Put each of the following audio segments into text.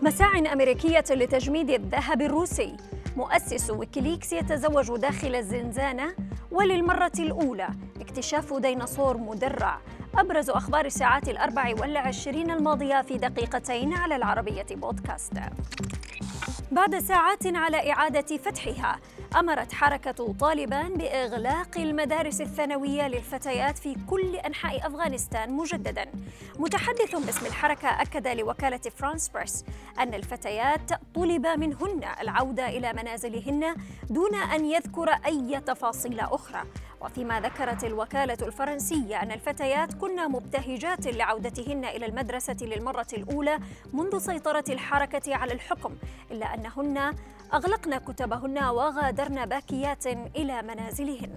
مساع أمريكية لتجميد الذهب الروسي. مؤسس ويكيليكس يتزوج داخل الزنزانة، وللمرة الأولى اكتشاف ديناصور مدرع. أبرز أخبار الساعات 24 الماضية في دقيقتين على العربية بودكاست. بعد ساعات على إعادة فتحها، أمرت حركة طالبان بإغلاق المدارس الثانوية للفتيات في كل أنحاء أفغانستان مجدداً. متحدث باسم الحركة أكد لوكالة فرانس بريس أن الفتيات طلب منهن العودة إلى منازلهن دون أن يذكر أي تفاصيل أخرى. وفيما ذكرت الوكالة الفرنسية أن الفتيات كن مبتهجات لعودتهن إلى المدرسة للمرة الأولى منذ سيطرة الحركة على الحكم، إلا أنهن أغلقن كتبهن وغادرن باكيات إلى منازلهن.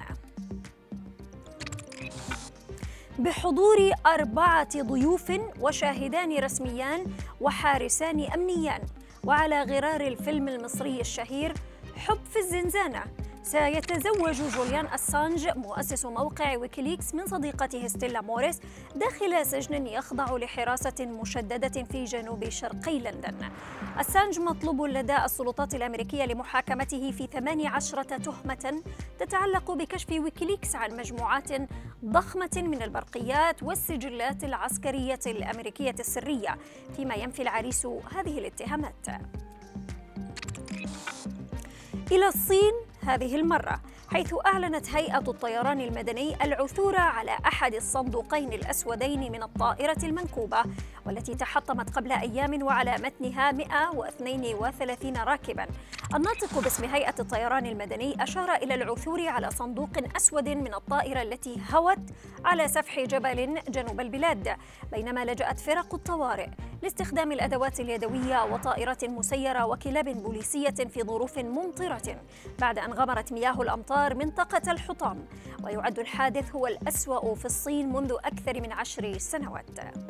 بحضور 4 ضيوف وشاهدان رسميان وحارسان أمنيان، وعلى غرار الفيلم المصري الشهير حب في الزنزانة، سيتزوج جوليان أسانج مؤسس موقع ويكيليكس من صديقته ستيلا موريس داخل سجن يخضع لحراسة مشددة في جنوب شرقي لندن. أسانج مطلوب لدى السلطات الأمريكية لمحاكمته في 18 تهمة تتعلق بكشف ويكيليكس عن مجموعات ضخمة من البرقيات والسجلات العسكرية الأمريكية السرية، فيما ينفي العريس هذه الاتهامات. إلى الصين هذه المرة، حيث أعلنت هيئة الطيران المدني العثور على أحد الصندوقين الأسودين من الطائرة المنكوبة والتي تحطمت قبل أيام وعلى متنها 132 راكباً. الناطق باسم هيئة الطيران المدني أشار إلى العثور على صندوق أسود من الطائرة التي هوت على سفح جبل جنوب البلاد، بينما لجأت فرق الطوارئ لاستخدام الأدوات اليدوية وطائرات مسيرة وكلاب بوليسية في ظروف ممطرة بعد أن غمرت مياه الأمطار منطقة الحطام. ويعد الحادث هو الأسوأ في الصين منذ أكثر من 10 سنوات.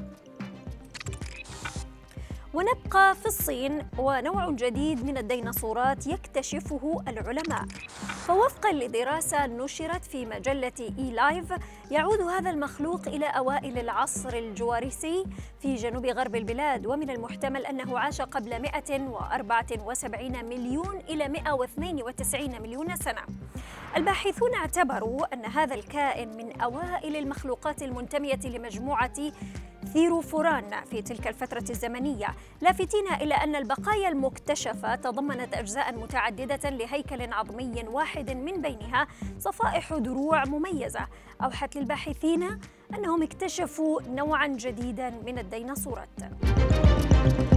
ونبقى في الصين، ونوع جديد من الديناصورات يكتشفه العلماء. فوفقا لدراسة نشرت في مجلة لايف، يعود هذا المخلوق إلى أوائل العصر الجوارسي في جنوب غرب البلاد، ومن المحتمل أنه عاش قبل 174 مليون إلى 192 مليون سنة. الباحثون اعتبروا أن هذا الكائن من أوائل المخلوقات المنتمية لمجموعة ثيروفوران في تلك الفترة الزمنية، لافتين إلى أن البقايا المكتشفة تضمنت أجزاء متعددة لهيكل عظمي واحد، من بينها صفائح دروع مميزة أوحت للباحثين أنهم اكتشفوا نوعاً جديداً من الديناصورات.